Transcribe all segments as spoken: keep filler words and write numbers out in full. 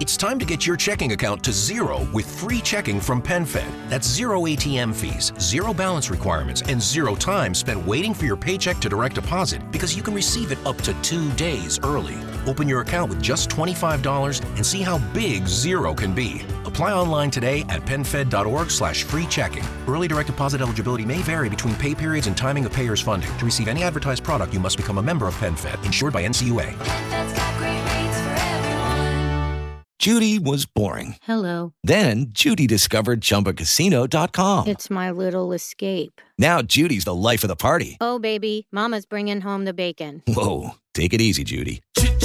It's time to get your checking account to zero with free checking from PenFed. That's zero A T M fees, zero balance requirements, and zero time spent waiting for your paycheck to direct deposit because you can receive it up to two days early. Open your account with just twenty-five dollars and see how big zero can be. Apply online today at penfed.org slash free checking. Early direct deposit eligibility may vary between pay periods and timing of payer's funding. To receive any advertised product, you must become a member of PenFed, insured by N C U A. PenFed's got great rates for everyone. Judy was boring. Hello. Then Judy discovered Chumba Casino dot com. It's my little escape. Now Judy's the life of the party. Oh, baby, mama's bringing home the bacon. Whoa, take it easy, Judy.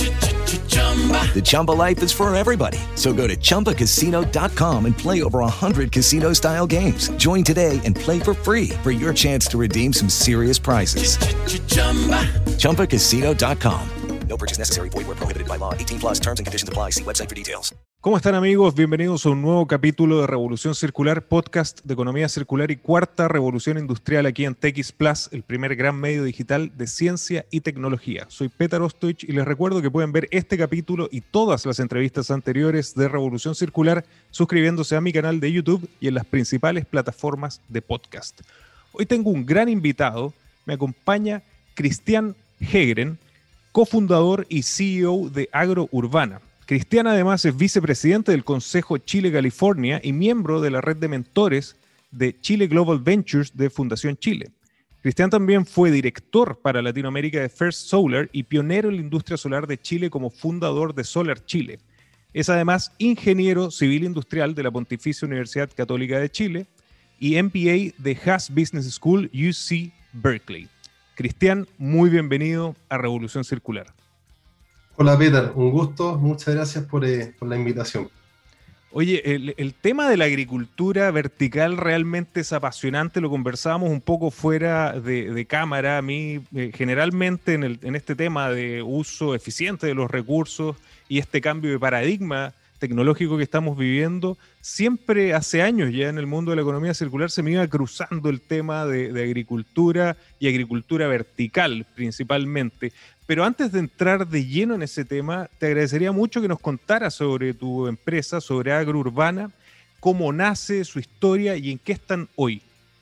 The Chumba life is for everybody. So go to Chumba Casino dot com and play over one hundred casino-style games. Join today and play for free for your chance to redeem some serious prizes. Chumba Casino dot com. No purchase necessary. Void where prohibited by law. eighteen plus terms and conditions apply. See website for details. ¿Cómo están, amigos? Bienvenidos a un nuevo capítulo de Revolución Circular, podcast de economía circular y cuarta revolución industrial aquí en T X Plus, el primer gran medio digital de ciencia y tecnología. Soy Petar Ostoich y les recuerdo que pueden ver este capítulo y todas las entrevistas anteriores de Revolución Circular suscribiéndose a mi canal de YouTube y en las principales plataformas de podcast. Hoy tengo un gran invitado. Me acompaña Cristian Hegren, cofundador y C E O de Agrourbana. Cristian además es vicepresidente del Consejo Chile-California y miembro de la red de mentores de Chile Global Ventures de Fundación Chile. Cristian también fue director para Latinoamérica de First Solar y pionero en la industria solar de Chile como fundador de Solar Chile. Es además ingeniero civil industrial de la Pontificia Universidad Católica de Chile y M B A de Haas Business School U C Berkeley. Cristian, muy bienvenido a Revolución Circular. Hola Peter, un gusto, muchas gracias por, eh, por la invitación. Oye, el, el tema de la agricultura vertical realmente es apasionante, lo conversábamos un poco fuera de, de cámara. A mí eh, generalmente en, el, en este tema de uso eficiente de los recursos y este cambio de paradigma tecnológico que estamos viviendo, siempre hace años ya en el mundo de la economía circular se me iba cruzando el tema de, de agricultura y agricultura vertical principalmente. Pero antes de entrar de lleno en ese tema, te agradecería mucho que nos contaras sobre tu empresa, sobre Agrourbana, cómo nace, su historia y en qué están hoy.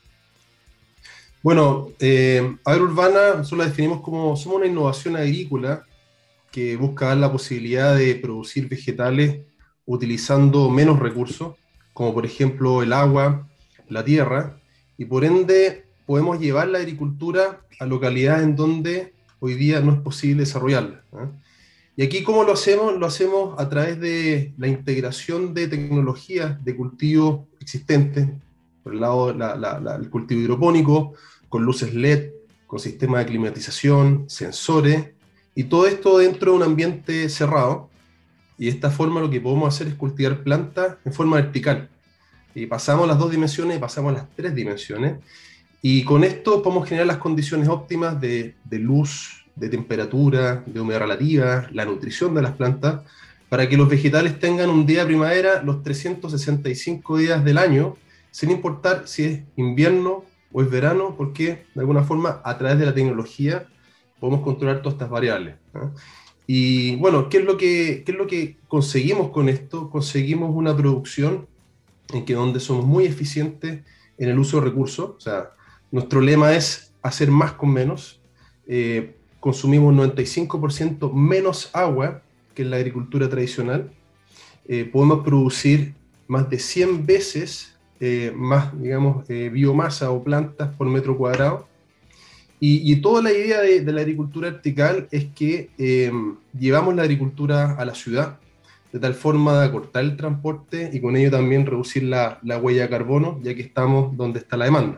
Bueno, eh, Agrourbana nosotros la definimos como somos una innovación agrícola que busca dar la posibilidad de producir vegetales utilizando menos recursos, como por ejemplo el agua, la tierra, y por ende podemos llevar la agricultura a localidades en donde hoy día no es posible desarrollarla, ¿eh? Y aquí, ¿cómo lo hacemos? Lo hacemos a través de la integración de tecnologías de cultivo existentes, por el lado la, la, la, el cultivo hidropónico, con luces L E D, con sistemas de climatización, sensores, y todo esto dentro de un ambiente cerrado. Y de esta forma lo que podemos hacer es cultivar plantas en forma vertical. Y pasamos las dos dimensiones y pasamos a las tres dimensiones. Y con esto podemos generar las condiciones óptimas de, de luz, de temperatura, de humedad relativa, la nutrición de las plantas, para que los vegetales tengan un día de primavera los trescientos sesenta y cinco días del año, sin importar si es invierno o es verano, porque de alguna forma a través de la tecnología podemos controlar todas estas variables, ¿eh? Y bueno, ¿qué es lo que, qué es lo que conseguimos con esto? Conseguimos una producción en que donde somos muy eficientes en el uso de recursos. O sea, nuestro lema es hacer más con menos. Eh, consumimos noventa y cinco por ciento menos agua que en la agricultura tradicional. Eh, podemos producir más de cien veces eh, más, digamos, eh, biomasa o plantas por metro cuadrado. Y, y toda la idea de, de la agricultura vertical es que eh, llevamos la agricultura a la ciudad, de tal forma de acortar el transporte y con ello también reducir la, la huella de carbono, ya que estamos donde está la demanda.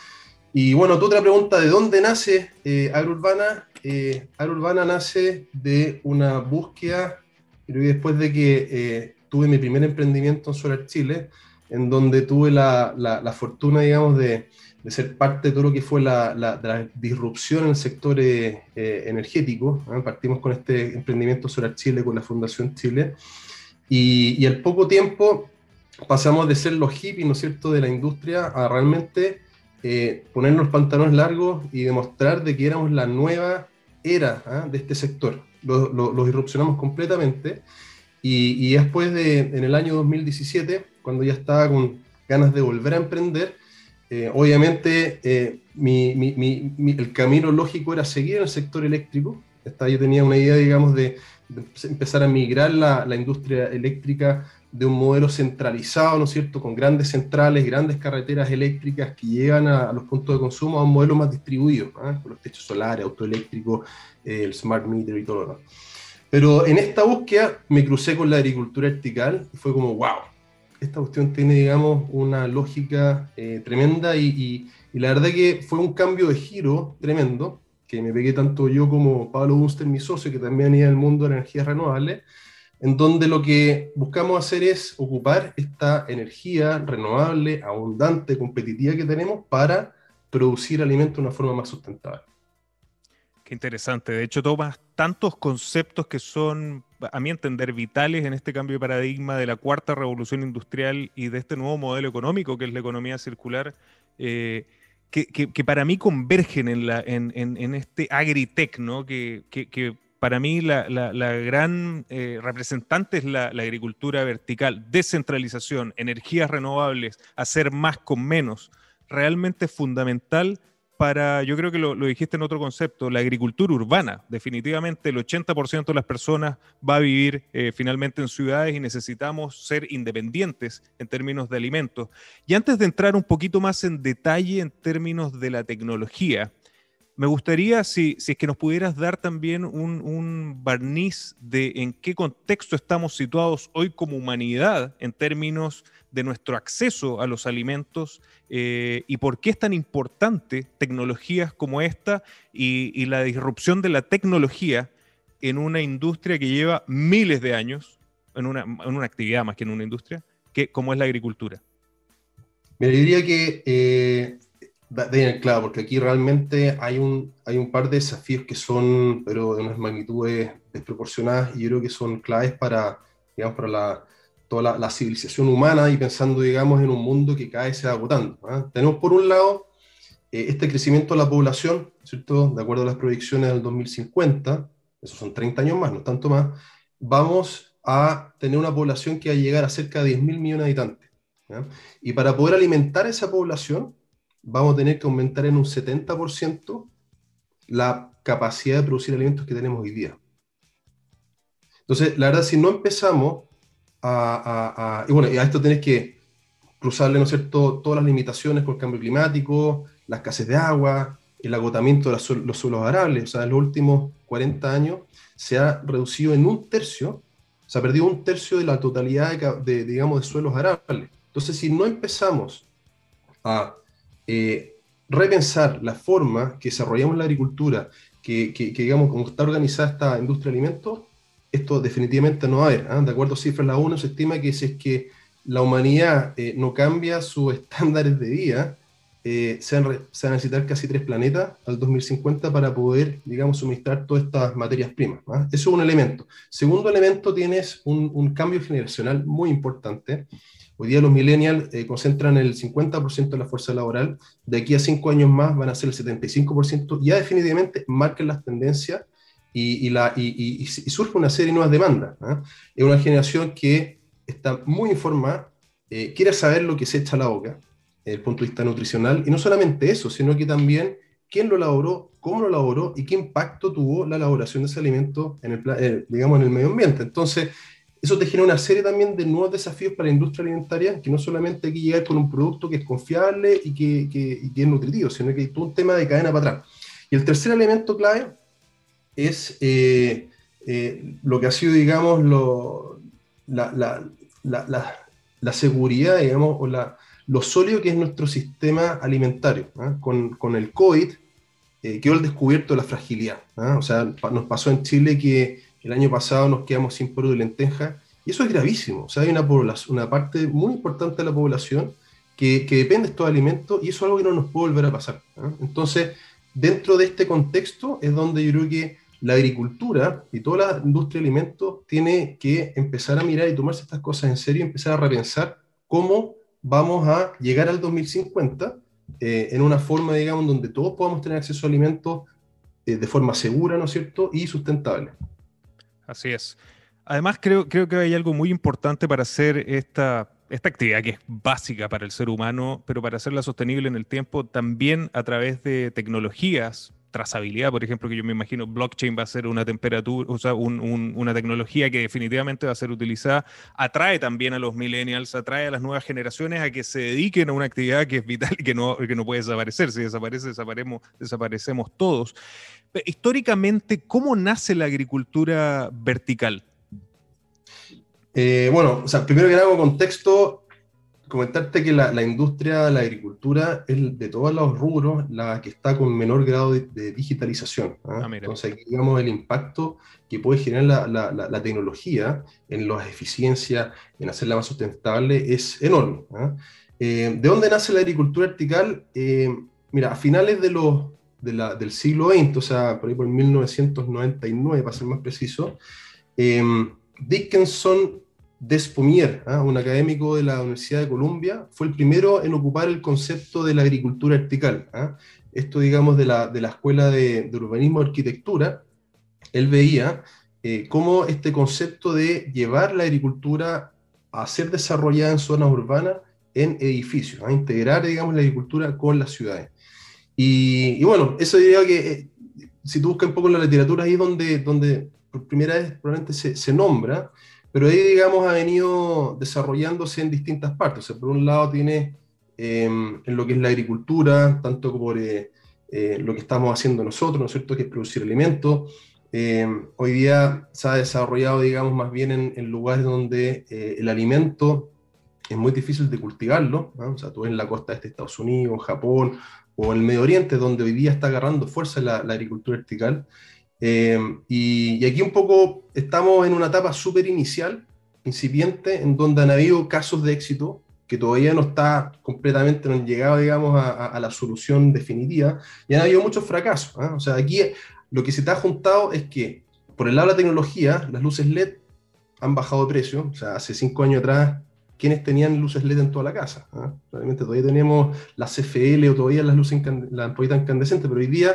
Y bueno, tu otra pregunta, ¿de dónde nace eh, Agrourbana? Eh, Agrourbana nace de una búsqueda, y después de que eh, tuve mi primer emprendimiento en Solar Chile, en donde tuve la, la, la fortuna, digamos, de, de ser parte de todo lo que fue la, la, la disrupción en el sector eh, eh, energético, ¿eh? Partimos con este emprendimiento Solar Chile, con la Fundación Chile, y, y al poco tiempo pasamos de ser los hippies, ¿no es cierto?, de la industria a realmente eh, ponernos los pantalones largos y demostrar de que éramos la nueva era, ¿eh? de este sector. Lo, lo, lo disrupcionamos completamente. Y, y después de, en el año dos mil diecisiete, cuando ya estaba con ganas de volver a emprender, eh, obviamente eh, mi, mi, mi, mi, el camino lógico era seguir en el sector eléctrico. Esta, yo tenía una idea, digamos, de, de empezar a migrar la, la industria eléctrica de un modelo centralizado, ¿no es cierto?, con grandes centrales, grandes carreteras eléctricas que llegan a, a los puntos de consumo, a un modelo más distribuido, ¿eh? Con los techos solares, autoeléctricos, eh, el smart meter y todo lo demás. Pero en esta búsqueda me crucé con la agricultura vertical y fue como, wow, esta cuestión tiene, digamos, una lógica eh, tremenda y, y, y la verdad que fue un cambio de giro tremendo, que me pegué tanto yo como Pablo Bunster, mi socio, que también iba en el mundo de energías renovables, en donde lo que buscamos hacer es ocupar esta energía renovable, abundante, competitiva que tenemos para producir alimentos de una forma más sustentable. Qué interesante. De hecho, tomas tantos conceptos que son, a mi entender, vitales en este cambio de paradigma de la cuarta revolución industrial y de este nuevo modelo económico que es la economía circular, eh, que, que, que para mí convergen en, la, en, en, en este agritech, ¿no? Que, que, que para mí la, la, la gran eh, representante es la, la agricultura vertical, descentralización, energías renovables, hacer más con menos, realmente es fundamental para, yo creo que lo, lo dijiste en otro concepto, la agricultura urbana. Definitivamente el ochenta por ciento de las personas va a vivir eh, finalmente en ciudades y necesitamos ser independientes en términos de alimentos. Y antes de entrar un poquito más en detalle en términos de la tecnología, me gustaría si, si es que nos pudieras dar también un, un barniz de en qué contexto estamos situados hoy como humanidad en términos de nuestro acceso a los alimentos eh, y por qué es tan importante tecnologías como esta y, y la disrupción de la tecnología en una industria que lleva miles de años, en una, en una actividad más que en una industria, que, como es la agricultura. Me diría que... Eh... de en el clavo, porque aquí realmente hay un, hay un par de desafíos que son, pero de unas magnitudes desproporcionadas, y yo creo que son claves para, digamos, para la, toda la, la civilización humana y pensando, digamos, en un mundo que cada vez se va agotando, ¿eh? Tenemos por un lado eh, este crecimiento de la población, ¿cierto? De acuerdo a las proyecciones del dos mil cincuenta, esos son treinta años más, no tanto más, vamos a tener una población que va a llegar a cerca de diez mil millones de habitantes, ¿eh? Y para poder alimentar a esa población, vamos a tener que aumentar en un setenta por ciento la capacidad de producir alimentos que tenemos hoy día. Entonces, la verdad, si no empezamos a... a, a y bueno, y a esto tenés que cruzarle, ¿no es cierto?, todas las limitaciones con el cambio climático, la escasez de agua, el agotamiento de los, los suelos arables. O sea, en los últimos cuarenta años se ha reducido en un tercio, se ha perdido un tercio de la totalidad de, de digamos, de suelos arables. Entonces, si no empezamos a Eh, repensar la forma que desarrollamos la agricultura, que, que, que digamos, cómo está organizada esta industria de alimentos, esto definitivamente no va a haber, ¿eh? De acuerdo a cifras de la ONU, se estima que si es que la humanidad eh, no cambia sus estándares de vida, eh, se, van, se van a necesitar casi tres planetas al dos mil cincuenta para poder, digamos, suministrar todas estas materias primas, ¿eh? Eso es un elemento. Segundo elemento, tienes un, un cambio generacional muy importante. Hoy día los millennials eh, concentran el cincuenta por ciento de la fuerza laboral, de aquí a cinco años más van a ser el setenta y cinco por ciento, ya definitivamente marcan las tendencias y, y, la, y, y, y surge una serie de nuevas demandas, ¿eh? Es una generación que está muy informada, eh, quiere saber lo que se echa a la boca, desde el punto de vista nutricional, y no solamente eso, sino que también quién lo elaboró, cómo lo elaboró y qué impacto tuvo la elaboración de ese alimento en el, eh, digamos, en el medio ambiente. Entonces, eso te genera una serie también de nuevos desafíos para la industria alimentaria, que no solamente hay que llegar con un producto que es confiable y que, que, y que es nutritivo, sino que hay todo un tema de cadena para atrás. Y el tercer elemento clave es eh, eh, lo que ha sido, digamos, lo, la, la, la, la, la seguridad, digamos, o la, lo sólido que es nuestro sistema alimentario, ¿eh? Con, con el COVID eh, quedó el descubierto de la fragilidad, ¿eh? O sea, nos pasó en Chile que el año pasado nos quedamos sin pollo de lenteja, y eso es gravísimo. O sea, hay una, una parte muy importante de la población que, que depende de estos alimentos, y eso es algo que no nos puede volver a pasar, ¿eh? Entonces, dentro de este contexto es donde yo creo que la agricultura y toda la industria de alimentos tiene que empezar a mirar y tomarse estas cosas en serio y empezar a repensar cómo vamos a llegar al dos mil cincuenta eh, en una forma, digamos, donde todos podamos tener acceso a alimentos eh, de forma segura, ¿no es cierto?, y sustentable. Así es. Además, creo, creo que hay algo muy importante para hacer esta, esta actividad que es básica para el ser humano, pero para hacerla sostenible en el tiempo, también a través de tecnologías, trazabilidad, por ejemplo, que yo me imagino blockchain va a ser una temperatura, o sea, un- un- una tecnología que definitivamente va a ser utilizada, atrae también a los millennials, atrae a las nuevas generaciones a que se dediquen a una actividad que es vital y que no, que no puede desaparecer. Si desaparece, desaparemos, desaparecemos todos. Pe- Históricamente, ¿cómo nace la agricultura vertical? Eh, bueno, o sea, primero que nada, como contexto, comentarte que la, la industria de la agricultura es de todos los rubros la que está con menor grado de, de digitalización. ¿Ah? Ah, mira. Entonces, aquí, digamos, el impacto que puede generar la, la- la- la tecnología en las eficiencias, en hacerla más sustentable, es enorme. ¿Ah? Eh, ¿de dónde nace la agricultura vertical? Eh, mira, a finales de los, de la- del siglo veinte, o sea, por ahí por mil novecientos noventa y nueve, para ser más preciso, eh, Dickinson Despomier, ¿ah? un académico de la Universidad de Columbia, fue el primero en ocupar el concepto de la agricultura vertical. ¿Ah? Esto, digamos, de la, de la Escuela de, de Urbanismo y Arquitectura. Él veía eh, cómo este concepto de llevar la agricultura a ser desarrollada en zonas urbanas, en edificios, a integrar, digamos, la agricultura con las ciudades. Y, y bueno, eso diría que eh, si tú buscas un poco en la literatura, ahí es donde, donde por primera vez probablemente se, se nombra, pero ahí, digamos, ha venido desarrollándose en distintas partes. O sea, por un lado tiene eh, en lo que es la agricultura, tanto por eh, eh, lo que estamos haciendo nosotros, ¿no es cierto?, que es producir alimentos. Eh, hoy día se ha desarrollado, digamos, más bien en, en lugares donde eh, el alimento es muy difícil de cultivarlo, ¿no? O sea, tú ves en la costa este de Estados Unidos, Japón o el Medio Oriente, donde hoy día está agarrando fuerza la, la agricultura vertical. Eh, y, y aquí un poco estamos en una etapa súper inicial, incipiente, en donde han habido casos de éxito que todavía no está completamente, no han llegado, digamos, a, a- a la solución definitiva, y han habido muchos fracasos. ¿Ah? O sea, aquí lo que se te ha juntado es que, por el lado de la tecnología, las luces L E D han bajado de precio. O sea, hace cinco años atrás, ¿quiénes tenían luces L E D en toda la casa? ¿Ah? Realmente todavía tenemos las C F L o todavía las luces incand- las ampolletas incandescentes, pero hoy día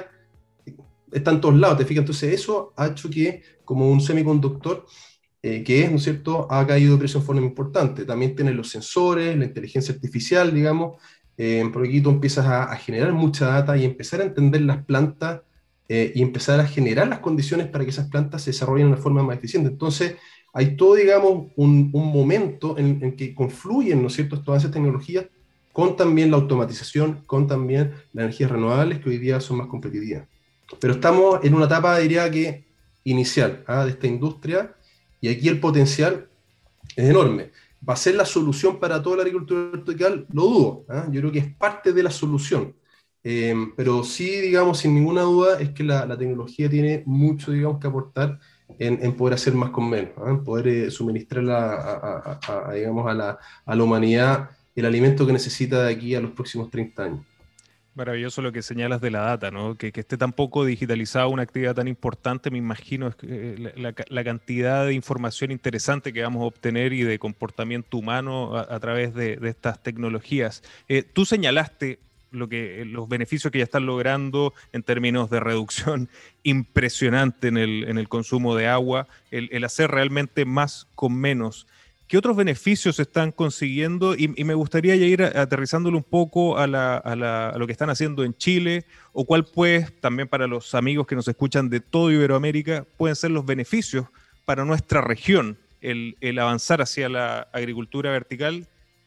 está en todos lados, ¿te fijas? Entonces eso ha hecho que, como un semiconductor, eh, que es, ¿no es cierto?, ha caído de precio en forma importante. También tiene los sensores, la inteligencia artificial, digamos, eh, por aquí tú empiezas a, a generar mucha data y empezar a entender las plantas eh, y empezar a generar las condiciones para que esas plantas se desarrollen de una forma más eficiente. Entonces, hay todo, digamos, un, un momento en, en que confluyen, ¿no es cierto?, estos avances de tecnologías con también la automatización, con también las energías renovables que hoy día son más competitivas. Pero estamos en una etapa, diría que inicial, ¿ah? de esta industria, y aquí el potencial es enorme. ¿Va a ser la solución para toda la agricultura vertical? Lo dudo. ¿Ah? Yo creo que es parte de la solución. Eh, pero sí, digamos, sin ninguna duda, es que la, la tecnología tiene mucho, digamos, que aportar en, en poder hacer más con menos, ¿ah? En poder eh, suministrar a, a- a- a, digamos, a la, a la humanidad el alimento que necesita de aquí a los próximos treinta años. Maravilloso lo que señalas de la data, ¿no? Que, que esté tan poco digitalizada una actividad tan importante, me imagino, es que, eh, la, la ca- la cantidad de información interesante que vamos a obtener y de comportamiento humano a, a través de, de estas tecnologías. Eh, tú señalaste lo que, los beneficios que ya están logrando en términos de reducción impresionante en el, en el consumo de agua, el, el hacer realmente más con menos. ¿Qué otros beneficios están consiguiendo? Y, y me gustaría ya ir a- aterrizándolo un poco a, la- a la- a lo que están haciendo en Chile, o cuál, pues, también para los amigos que nos escuchan de todo Iberoamérica, pueden ser los beneficios para nuestra región, el, el avanzar hacia la agricultura vertical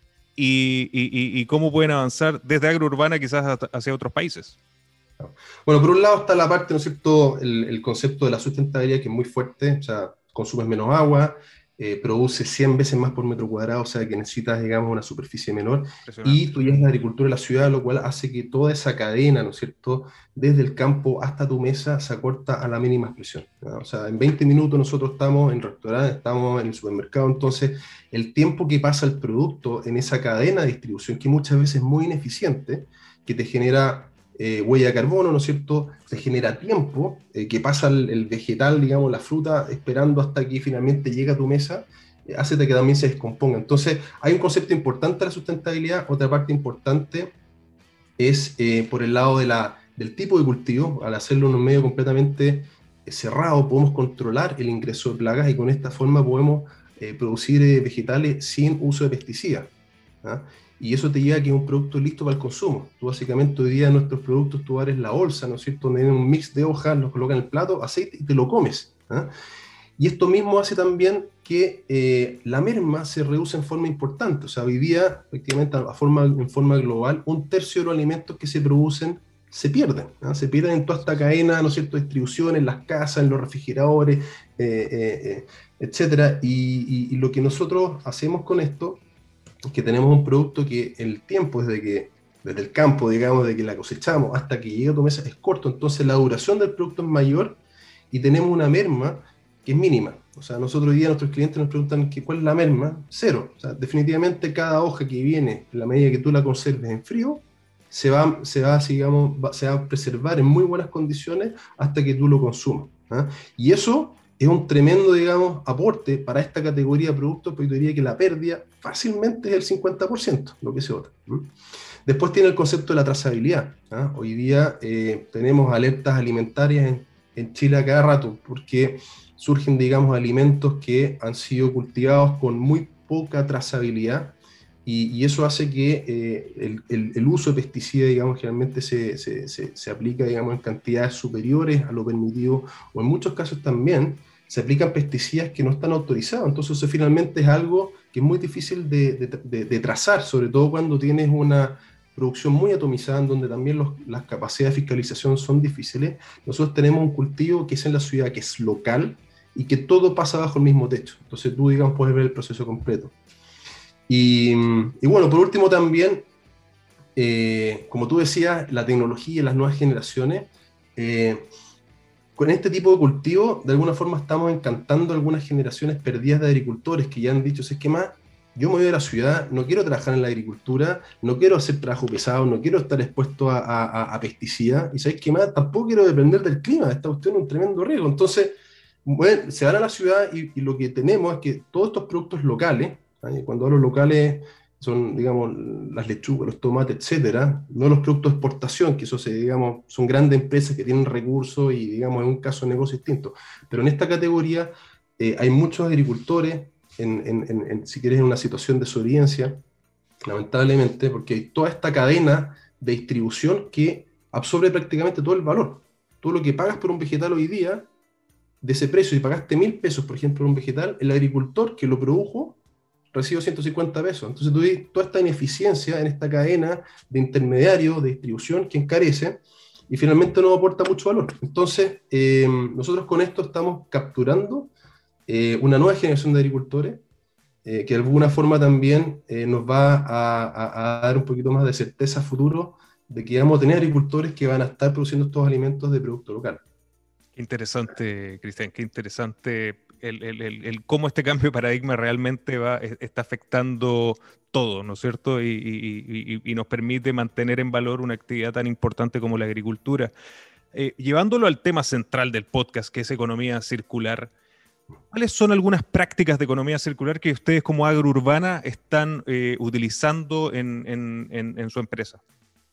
y, y- y- y cómo pueden avanzar desde agrourbana quizás hasta- hacia otros países. Bueno, por un lado está la parte, ¿no es cierto?, el, el concepto de la sustentabilidad, que es muy fuerte. O sea, consumes menos agua, eh, produce cien veces más por metro cuadrado, o sea que necesitas, digamos, una superficie menor, y Impresionante. tú llevas la agricultura a la ciudad, lo cual hace que toda esa cadena, ¿no es cierto?, desde el campo hasta tu mesa se acorta a la mínima expresión, ¿no? O sea, en veinte minutos nosotros estamos en el restaurante, estamos en el supermercado. Entonces el tiempo que pasa el producto en esa cadena de distribución, que muchas veces es muy ineficiente, que te genera eh, huella de carbono, ¿no es cierto?, se genera tiempo eh, que pasa el, el vegetal, digamos, la fruta, esperando hasta que finalmente llega a tu mesa, eh, hace que también se descomponga. Entonces, hay un concepto importante de la sustentabilidad. Otra parte importante es eh, por el lado de la, del tipo de cultivo, al hacerlo en un medio completamente cerrado podemos controlar el ingreso de plagas y con esta forma podemos eh, producir eh, vegetales sin uso de pesticidas. ¿Ah? Y eso te lleva a que es un producto listo para el consumo. Tú básicamente hoy día en nuestros productos tú abres la bolsa, ¿no es cierto?, donde hay un mix de hojas, los colocas en el plato, aceite y te lo comes. ¿Ah? Y esto mismo hace también que eh, la merma se reduce en forma importante. O sea, hoy día, prácticamente a forma, en forma global, un tercio de los alimentos que se producen se pierden. ¿Ah? Se pierden en toda esta cadena, ¿no es cierto?, de distribución, en las casas, en los refrigeradores, eh, eh, eh, etcétera. Y, y, y lo que nosotros hacemos con esto es que tenemos un producto que el tiempo desde que desde el campo, digamos, de que la cosechamos hasta que llega a tu mesa es corto, entonces la duración del producto es mayor y tenemos una merma que es mínima. O sea, nosotros hoy día nuestros clientes nos preguntan que, ¿cuál es la merma? Cero. O sea, definitivamente cada hoja que viene, en la medida que tú la conserves en frío, se va, se va, digamos, va, se va a preservar en muy buenas condiciones hasta que tú lo consumas. ¿Ah? Y eso es un tremendo, digamos, aporte para esta categoría de productos, porque yo diría que la pérdida fácilmente es el cincuenta por ciento, lo que se bota. ¿Mm? Después tiene el concepto de la trazabilidad. ¿Ah? Hoy día eh, tenemos alertas alimentarias en, en Chile a cada rato, porque surgen, digamos, alimentos que han sido cultivados con muy poca trazabilidad, y, y eso hace que eh, el, el, el uso de pesticidas, digamos, generalmente se, se, se, se aplica, digamos, en cantidades superiores a lo permitido, o en muchos casos también se aplican pesticidas que no están autorizados. Entonces eso finalmente es algo que es muy difícil de, de, de, de trazar, sobre todo cuando tienes una producción muy atomizada, en donde también los, las capacidades de fiscalización son difíciles. Nosotros tenemos un cultivo que es en la ciudad, que es local, y que todo pasa bajo el mismo techo. Entonces tú, digamos, puedes ver el proceso completo. Y, y bueno, por último también, eh, como tú decías, la tecnología y las nuevas generaciones, eh, con este tipo de cultivo, de alguna forma estamos encantando a algunas generaciones perdidas de agricultores que ya han dicho, es que más, yo me voy a la ciudad, no quiero trabajar en la agricultura, no quiero hacer trabajo pesado, no quiero estar expuesto a, a, a pesticidas, y ¿sabes qué más? Tampoco quiero depender del clima, esta cuestión es un tremendo riesgo. Entonces, bueno, se van a la ciudad y, y lo que tenemos es que todos estos productos locales, ¿sí? Cuando hablo locales son, digamos, las lechugas, los tomates, etcétera, no los productos de exportación, que eso se, digamos, son grandes empresas que tienen recursos y, digamos, es un caso de negocio distinto. Pero en esta categoría eh, hay muchos agricultores, en, en, en, en, si quieres, en una situación de desobediencia, lamentablemente, porque hay toda esta cadena de distribución que absorbe prácticamente todo el valor. Todo lo que pagas por un vegetal hoy día, de ese precio, si pagaste mil pesos, por ejemplo, por un vegetal, el agricultor que lo produjo recibe ciento cincuenta pesos. Entonces tú ves toda esta ineficiencia en esta cadena de intermediarios, de distribución, que encarece y finalmente no aporta mucho valor. Entonces, eh, nosotros con esto estamos capturando eh, una nueva generación de agricultores eh, que de alguna forma también eh, nos va a, a, a dar un poquito más de certeza a futuro de que vamos a tener agricultores que van a estar produciendo estos alimentos de producto local. Qué interesante, Cristian, qué interesante el, el, el, el cómo este cambio de paradigma realmente va, está afectando todo, ¿no es cierto? Y, y, y, y nos permite mantener en valor una actividad tan importante como la agricultura. Eh, llevándolo al tema central del podcast, que es economía circular, ¿cuáles son algunas prácticas de economía circular que ustedes como Agrourbana están eh, utilizando en, en, en, en su empresa?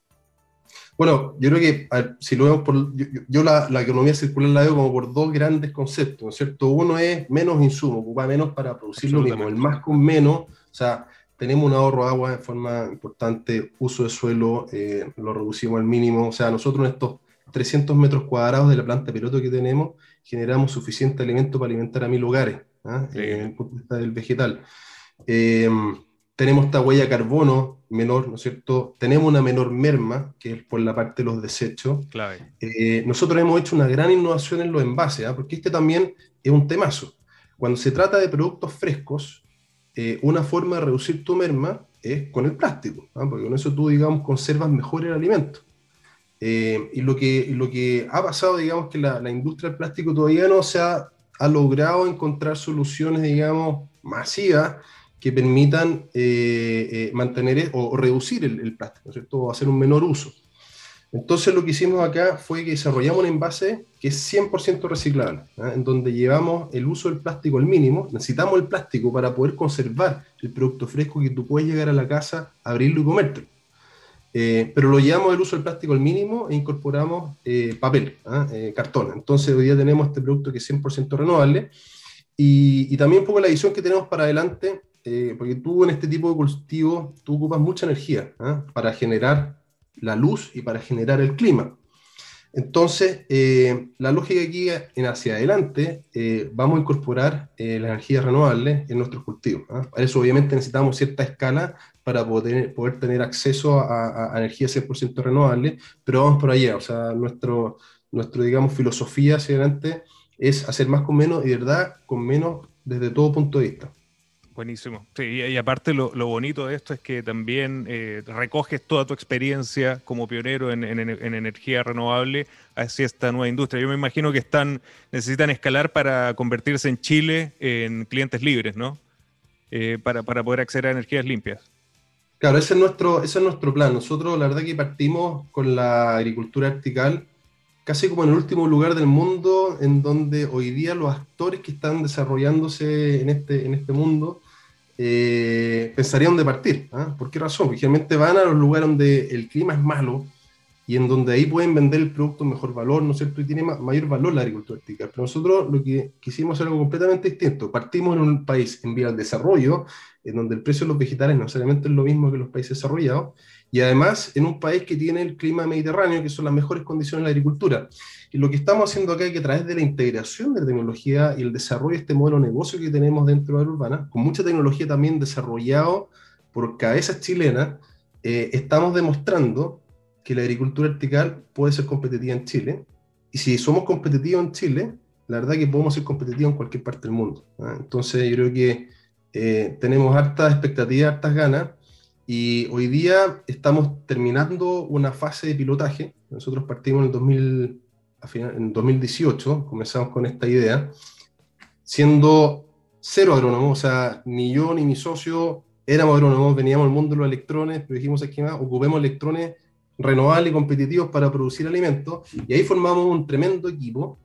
Bueno, yo creo que a ver, si lo vemos por, yo, yo la, la economía circular la veo como por dos grandes conceptos, ¿no es cierto? Uno es menos insumo, ocupa menos para producir lo mismo, el más con menos, o sea, tenemos un ahorro de agua de forma importante, uso de suelo, eh, lo reducimos al mínimo, o sea, nosotros en estos trescientos metros cuadrados de la planta piloto que tenemos, generamos suficiente alimento para alimentar a mil hogares, ¿eh? Sí. En el punto de vista del vegetal. Eh, tenemos esta huella de carbono menor, ¿no es cierto? Tenemos una menor merma, que es por la parte de los desechos. Clave. Eh, nosotros hemos hecho una gran innovación en los envases, ¿eh? Porque este también es un temazo. Cuando se trata de productos frescos, eh, una forma de reducir tu merma es con el plástico, ¿eh? Porque con eso tú, digamos, conservas mejor el alimento. Eh, y lo que, lo que ha pasado, digamos, que la, la industria del plástico todavía no se ha, ha logrado encontrar soluciones, digamos, masivas que permitan eh, eh, mantener o, o reducir el, el plástico, ¿no es cierto? O hacer un menor uso. Entonces lo que hicimos acá fue que desarrollamos un envase que es cien por ciento reciclable, ¿eh? En donde llevamos el uso del plástico al mínimo. Necesitamos el plástico para poder conservar el producto fresco que tú puedes llegar a la casa, abrirlo y comértelo. Eh, pero lo llevamos el uso del plástico al mínimo e incorporamos eh, papel, ¿ah? eh, cartón. Entonces hoy día tenemos este producto que es cien por ciento renovable y, y también un poco la visión que tenemos para adelante, eh, porque tú en este tipo de cultivo tú ocupas mucha energía ¿ah? para generar la luz y para generar el clima. Entonces, eh, la lógica aquí en hacia adelante, eh, vamos a incorporar eh, las energías renovables en nuestros cultivos. ¿ah? Para eso obviamente necesitamos cierta escala para poder, poder tener acceso a, a, a energía cien por ciento renovable, pero vamos por allá. O sea, nuestro, nuestro, digamos, filosofía hacia adelante es hacer más con menos y de verdad con menos desde todo punto de vista. Buenísimo. Sí, y, y aparte lo, lo bonito de esto es que también eh, recoges toda tu experiencia como pionero en, en, en energía renovable hacia esta nueva industria. Yo me imagino que están necesitan escalar para convertirse en Chile en clientes libres, ¿no? Eh, para, para poder acceder a energías limpias. Claro, ese es nuestro, ese es nuestro plan. Nosotros, la verdad que partimos con la agricultura vertical casi como en el último lugar del mundo, en donde hoy día los actores que están desarrollándose en este, en este mundo eh, pensarían dónde partir. ¿ah? ¿Por qué razón? Porque generalmente van a los lugares donde el clima es malo y en donde ahí pueden vender el producto a mejor valor, ¿no es cierto? Y tiene ma- mayor valor la agricultura vertical. Pero nosotros lo que quisimos hacer algo completamente distinto. Partimos en un país en vía al desarrollo, en donde el precio de los vegetales no necesariamente es lo mismo que los países desarrollados, y además en un país que tiene el clima mediterráneo, que son las mejores condiciones de la agricultura. Y lo que estamos haciendo acá es que a través de la integración de la tecnología y el desarrollo de este modelo de negocio que tenemos dentro de la urbana, con mucha tecnología también desarrollado por cabezas chilenas, eh, estamos demostrando que la agricultura vertical puede ser competitiva en Chile. Y si somos competitivos en Chile, la verdad que podemos ser competitivos en cualquier parte del mundo. ¿ah? Entonces yo creo que eh, tenemos hartas expectativas, hartas ganas, y hoy día estamos terminando una fase de pilotaje. Nosotros partimos en el dos mil, a final, en dos mil dieciocho, comenzamos con esta idea, siendo cero agrónomos, o sea, ni yo ni mi socio éramos agrónomos, veníamos al mundo de los electrones, pero dijimos aquí más, ocupemos electrones renovables y competitivos para producir alimentos, y ahí formamos un tremendo equipo,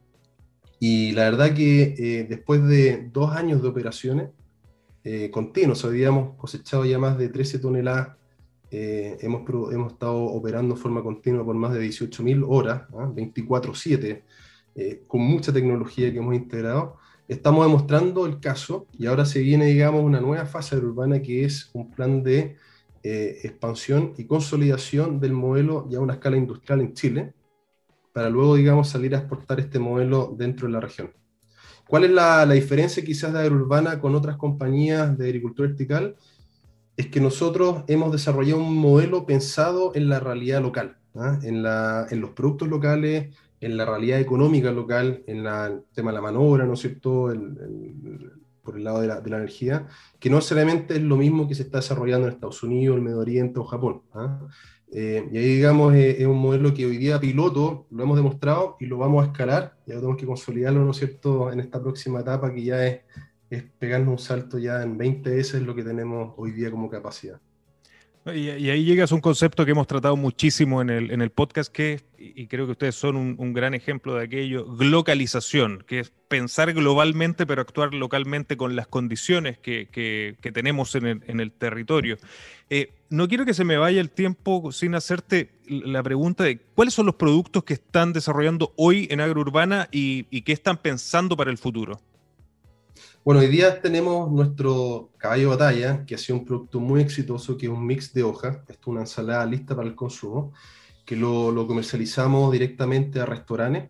y la verdad que eh, después de dos años de operaciones, Eh, continuos, habíamos cosechado ya más de trece toneladas, eh, hemos, hemos estado operando de forma continua por más de dieciocho mil horas, ¿ah? veinticuatro siete, eh, con mucha tecnología que hemos integrado. Estamos demostrando el caso y ahora se viene, digamos, una nueva fase urbana que es un plan de eh, expansión y consolidación del modelo ya a una escala industrial en Chile, para luego, digamos, salir a exportar este modelo dentro de la región. ¿Cuál es la, la diferencia quizás de Agrourbana con otras compañías de agricultura vertical? Es que nosotros hemos desarrollado un modelo pensado en la realidad local, ¿ah? en, la, en los productos locales, en la realidad económica local, en la, el tema de la mano de obra, ¿no es cierto?, el, el, por el lado de la, de la energía, que no necesariamente es lo mismo que se está desarrollando en Estados Unidos, el Medio Oriente o Japón. ¿ah? Eh, y ahí, digamos, eh, es un modelo que hoy día piloto, lo hemos demostrado y lo vamos a escalar, ya tenemos que consolidarlo, ¿no es cierto?, en esta próxima etapa que ya es, es pegarnos un salto ya en veinte veces lo que tenemos hoy día como capacidad. Y, y ahí llegas a un concepto que hemos tratado muchísimo en el, en el podcast, que, y creo que ustedes son un, un gran ejemplo de aquello, glocalización, que es pensar globalmente pero actuar localmente con las condiciones que, que, que tenemos en el, en el territorio. Eh, no quiero que se me vaya el tiempo sin hacerte la pregunta de cuáles son los productos que están desarrollando hoy en Agrourbana y, y qué están pensando para el futuro. Bueno, hoy día tenemos nuestro caballo de batalla, que ha sido un producto muy exitoso, que es un mix de hojas. Esto es una ensalada lista para el consumo, que lo, lo comercializamos directamente a restaurantes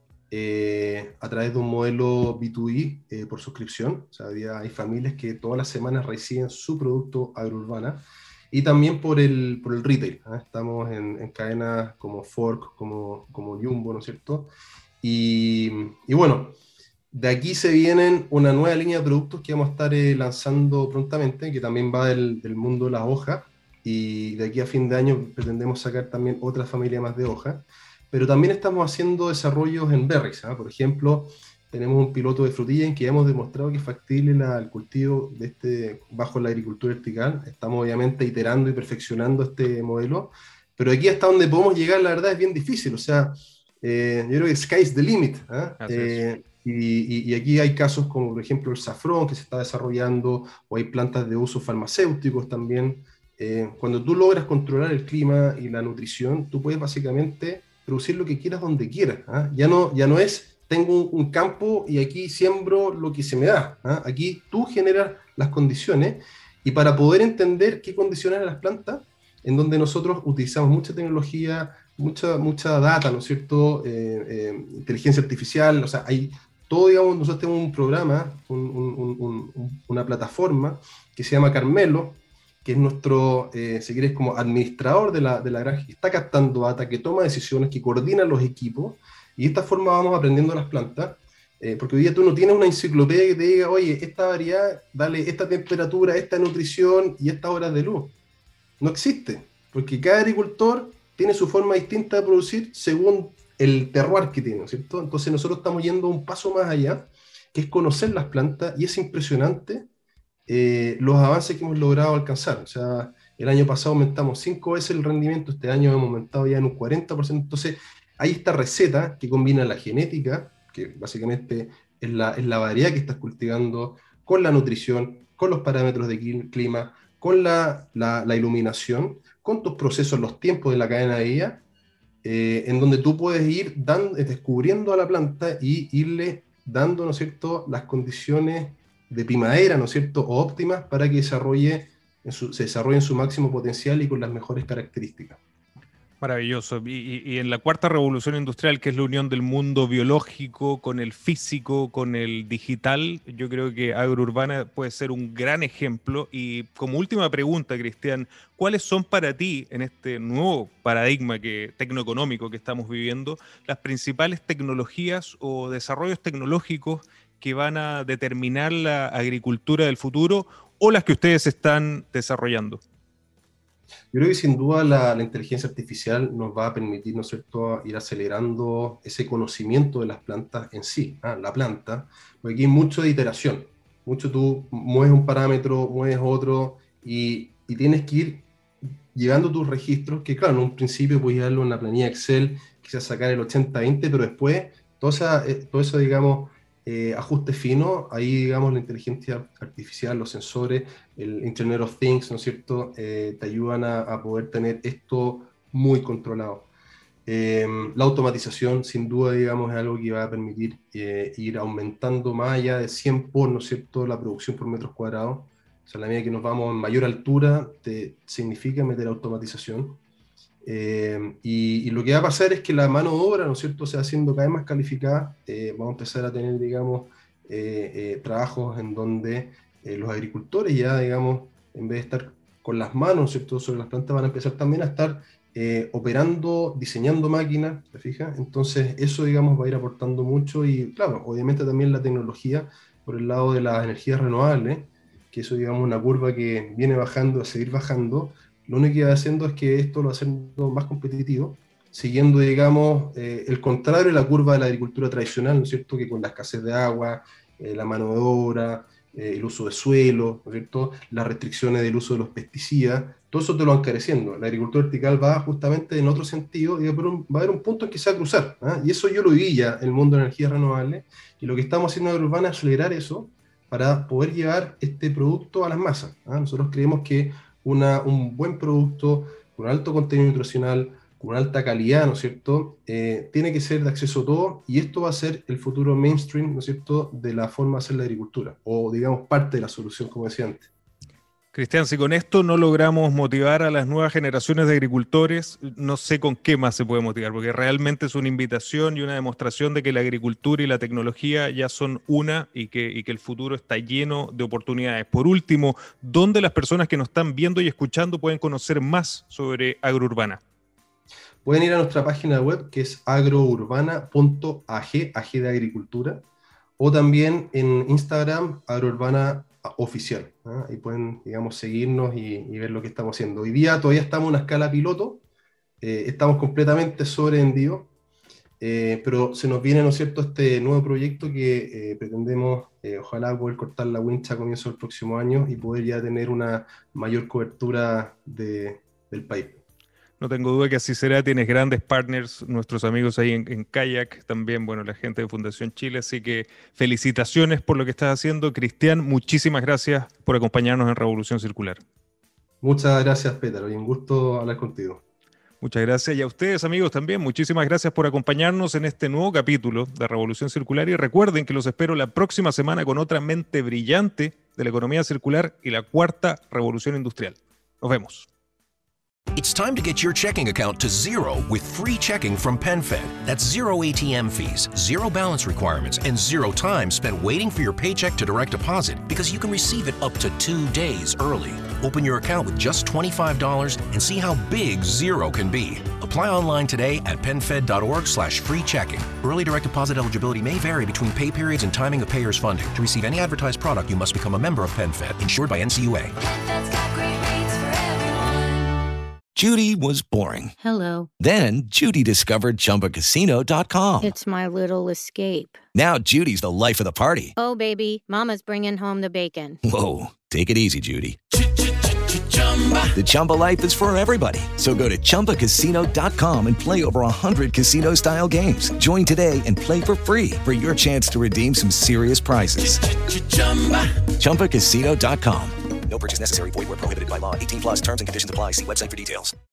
eh, a través de un modelo B dos B eh, por suscripción. O sea, hoy día hay familias que todas las semanas reciben su producto Agrourbana. Y también por el, por el retail. ¿eh? Estamos en, en cadenas como Fork, como, como Jumbo, ¿no es cierto? Y, y bueno, de aquí se vienen una nueva línea de productos que vamos a estar eh, lanzando prontamente, que también va del, del mundo de las hojas, y de aquí a fin de año pretendemos sacar también otra familia más de hojas, pero también estamos haciendo desarrollos en berries, ¿eh? Por ejemplo, tenemos un piloto de frutilla en que hemos demostrado que es factible la, el cultivo de este, bajo la agricultura vertical. Estamos obviamente iterando y perfeccionando este modelo, pero aquí hasta donde podemos llegar, la verdad, es bien difícil, o sea, eh, yo creo que sky's the limit, ¿eh? Eh, Y, y, y aquí hay casos como, por ejemplo, el safrón que se está desarrollando, o hay plantas de uso farmacéuticos también eh, cuando tú logras controlar el clima y la nutrición, tú puedes básicamente producir lo que quieras donde quieras. ¿ah? Ya no, ya no es, tengo un, un campo y aquí siembro lo que se me da. ¿ah? Aquí tú generas las condiciones, y para poder entender qué condiciones las plantas, en donde nosotros utilizamos mucha tecnología, mucha, mucha data, ¿no es cierto? Eh, eh, inteligencia artificial, o sea, hay todo, digamos, nosotros tenemos un programa, un, un, un, un, una plataforma que se llama Carmelo, que es nuestro, eh, si quieres, como administrador de la, de la granja, que está captando data, que toma decisiones, que coordina los equipos, y de esta forma vamos aprendiendo las plantas, eh, porque hoy día tú no tienes una enciclopedia que te diga, oye, esta variedad, dale esta temperatura, esta nutrición y estas horas de luz. No existe, porque cada agricultor tiene su forma distinta de producir según el terroir que tiene, ¿cierto? Entonces nosotros estamos yendo un paso más allá, que es conocer las plantas, y es impresionante eh, los avances que hemos logrado alcanzar. O sea, el año pasado aumentamos cinco veces el rendimiento, este año hemos aumentado ya en un cuarenta por ciento. Entonces hay esta receta que combina la genética, que básicamente es la, es la variedad que estás cultivando, con la nutrición, con los parámetros de clima, con la, la, la iluminación, con tus procesos, los tiempos de la cadena de vida, eh, en donde tú puedes ir dando, descubriendo a la planta y irle dando, ¿no es cierto?, las condiciones de primavera, ¿no es cierto?, óptimas para que desarrolle en su, se desarrolle en su máximo potencial y con las mejores características. Maravilloso. Y, y, y en la cuarta revolución industrial, que es la unión del mundo biológico con el físico, con el digital, yo creo que Agrourbana puede ser un gran ejemplo. Y como última pregunta, Cristian, ¿cuáles son para ti, en este nuevo paradigma que, tecnoeconómico que estamos viviendo, las principales tecnologías o desarrollos tecnológicos que van a determinar la agricultura del futuro, o las que ustedes están desarrollando? Yo creo que sin duda la, la inteligencia artificial nos va a permitir, ¿no es cierto?, ir acelerando ese conocimiento de las plantas en sí, ¿ah? La planta, porque aquí hay mucho de iteración, mucho tú mueves un parámetro, mueves otro, y, y tienes que ir llegando tus registros, que claro, en un principio puedes llevarlo en una planilla Excel, quizás sacar el ochenta veinte, pero después todo, esa, todo eso, digamos, Eh, ajuste fino, ahí digamos la inteligencia artificial, los sensores, el Internet of Things, ¿no es cierto?, eh, te ayudan a, a poder tener esto muy controlado. Eh, la automatización, sin duda, digamos, es algo que va a permitir eh, ir aumentando más allá de cien por, ¿no es cierto?, la producción por metros cuadrados. O sea, a la medida que nos vamos en mayor altura, te significa meter automatización. Eh, y, y lo que va a pasar es que la mano de obra, ¿no es cierto?, se va haciendo cada vez más calificada. Eh, vamos a empezar a tener, digamos, eh, eh, trabajos en donde eh, los agricultores ya, digamos, en vez de estar con las manos, ¿no es cierto?, sobre las plantas, van a empezar también a estar eh, operando, diseñando máquinas, ¿te fijas? Entonces eso, digamos, va a ir aportando mucho, y claro, obviamente también la tecnología por el lado de las energías renovables, que eso, digamos, una curva que viene bajando, a seguir bajando. Lo único que va haciendo es que esto lo va haciendo más competitivo, siguiendo, digamos, eh, el contrario de la curva de la agricultura tradicional, ¿no es cierto?, que con la escasez de agua, eh, la mano de obra, eh, el uso de suelo, ¿no es cierto?, las restricciones del uso de los pesticidas, todo eso te lo va encareciendo. La agricultura vertical va justamente en otro sentido, y va a haber un punto en que se va a cruzar, ¿eh? Y eso yo lo viví ya en el mundo de energías renovables, y lo que estamos haciendo en Agrourbana es acelerar eso para poder llevar este producto a las masas, ¿eh? Nosotros creemos que Una, un buen producto con alto contenido nutricional, con alta calidad, ¿no es cierto?, eh, tiene que ser de acceso a todo, y esto va a ser el futuro mainstream, ¿no es cierto?, de la forma de hacer la agricultura, o digamos parte de la solución, como decía antes. Cristian, si con esto no logramos motivar a las nuevas generaciones de agricultores, no sé con qué más se puede motivar, porque realmente es una invitación y una demostración de que la agricultura y la tecnología ya son una, y que, y que el futuro está lleno de oportunidades. Por último, ¿dónde las personas que nos están viendo y escuchando pueden conocer más sobre Agrourbana? Pueden ir a nuestra página web, que es agrourbana punto a g, A G de agricultura, o también en Instagram, Agrourbana oficial, ¿eh? Y pueden, digamos, seguirnos y, y ver lo que estamos haciendo. Hoy día todavía estamos en una escala piloto, eh, estamos completamente sobrevendidos, eh, pero se nos viene, ¿no es cierto?, este nuevo proyecto que eh, pretendemos, eh, ojalá, poder cortar la wincha a comienzo del próximo año y poder ya tener una mayor cobertura de, del país. No tengo duda que así será. Tienes grandes partners, nuestros amigos ahí en, en Kayak, también, bueno, la gente de Fundación Chile, así que felicitaciones por lo que estás haciendo. Cristian, muchísimas gracias por acompañarnos en Revolución Circular. Muchas gracias, Pétaro, y un gusto hablar contigo. Muchas gracias. Y a ustedes, amigos, también muchísimas gracias por acompañarnos en este nuevo capítulo de Revolución Circular. Y recuerden que los espero la próxima semana con otra mente brillante de la economía circular y la cuarta revolución industrial. Nos vemos. It's time to get your checking account to zero with free checking from PenFed. That's zero A T M fees, zero balance requirements, and zero time spent waiting for your paycheck to direct deposit because you can receive it up to two days early. Open your account with just twenty-five dollars and see how big zero can be. Apply online today at penfed.org slash free checking. Early direct deposit eligibility may vary between pay periods and timing of payers' funding. To receive any advertised product, you must become a member of PenFed, insured by N C U A. PenFed's got great rates for everyone. Judy was boring. Hello. Then Judy discovered Chumba Casino dot com. It's my little escape. Now Judy's the life of the party. Oh, baby, mama's bringing home the bacon. Whoa, take it easy, Judy. The Chumba life is for everybody. So go to Chumba Casino dot com and play over one hundred casino-style games. Join today and play for free for your chance to redeem some serious prizes. Chumba Casino dot com. No purchase necessary. Void where prohibited by law. eighteen plus terms and conditions apply. See website for details.